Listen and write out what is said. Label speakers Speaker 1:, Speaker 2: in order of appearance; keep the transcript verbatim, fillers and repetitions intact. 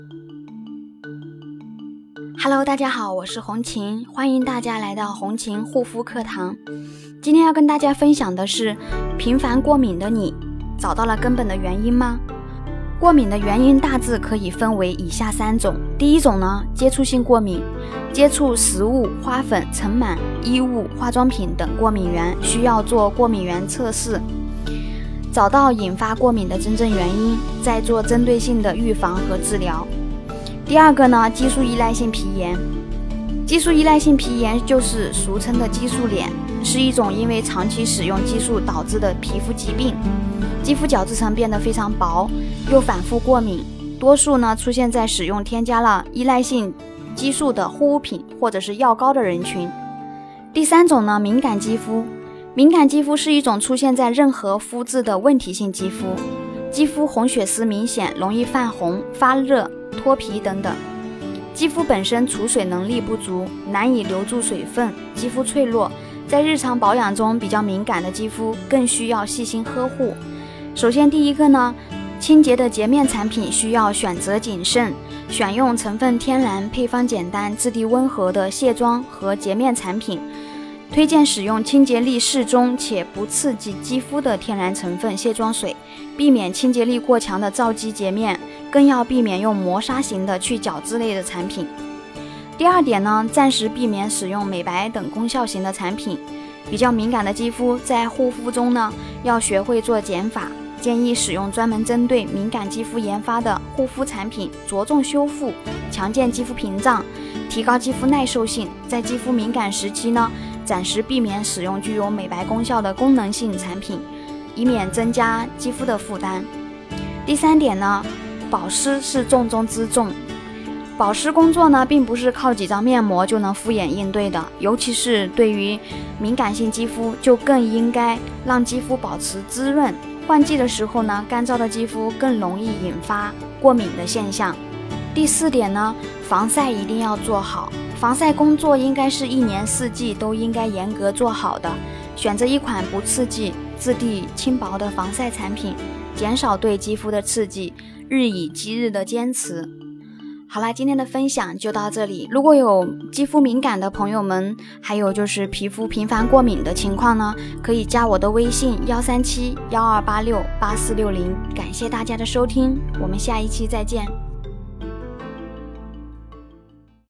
Speaker 1: Hello， 大家好，我是红琴，欢迎大家来到红琴护肤课堂。今天要跟大家分享的是，频繁过敏的你，找到了根本的原因吗？过敏的原因大致可以分为以下三种。第一种呢，接触性过敏，接触食物、花粉、尘螨、衣物、化妆品等过敏源，需要做过敏原测试，找到引发过敏的真正原因，再做针对性的预防和治疗。第二个呢，激素依赖性皮炎。激素依赖性皮炎就是俗称的激素脸，是一种因为长期使用激素导致的皮肤疾病，肌肤角质层变得非常薄，又反复过敏，多数呢出现在使用添加了依赖性激素的护肤品或者是药膏的人群。第三种呢，敏感肌肤。敏感肌肤是一种出现在任何肤质的问题性肌肤，肌肤红血丝明显，容易泛红、发热、脱皮等等。肌肤本身储水能力不足，难以留住水分，肌肤脆弱，在日常保养中比较敏感的肌肤更需要细心呵护。首先第一个呢，清洁的洁面产品需要选择谨慎，选用成分天然、配方简单、质地温和的卸妆和洁面产品。推荐使用清洁力适中且不刺激肌肤的天然成分卸妆水，避免清洁力过强的皂基洁面，更要避免用磨砂型的去角质类的产品。第二点呢，暂时避免使用美白等功效型的产品。比较敏感的肌肤在护肤中呢，要学会做减法，建议使用专门针对敏感肌肤研发的护肤产品，着重修复、强健肌肤屏障，提高肌肤耐受性。在肌肤敏感时期呢，暂时避免使用具有美白功效的功能性产品，以免增加肌肤的负担。第三点呢，保湿是重中之重。保湿工作呢，并不是靠几张面膜就能敷衍应对的，尤其是对于敏感性肌肤，就更应该让肌肤保持滋润。换季的时候呢，干燥的肌肤更容易引发过敏的现象。第四点呢，防晒一定要做好。防晒工作应该是一年四季都应该严格做好的，选择一款不刺激、质地轻薄的防晒产品，减少对肌肤的刺激，日以继日的坚持。好啦，今天的分享就到这里。如果有肌肤敏感的朋友们，还有就是皮肤频繁过敏的情况呢，可以加我的微信幺三七幺二八六八四六零。感谢大家的收听，我们下一期再见。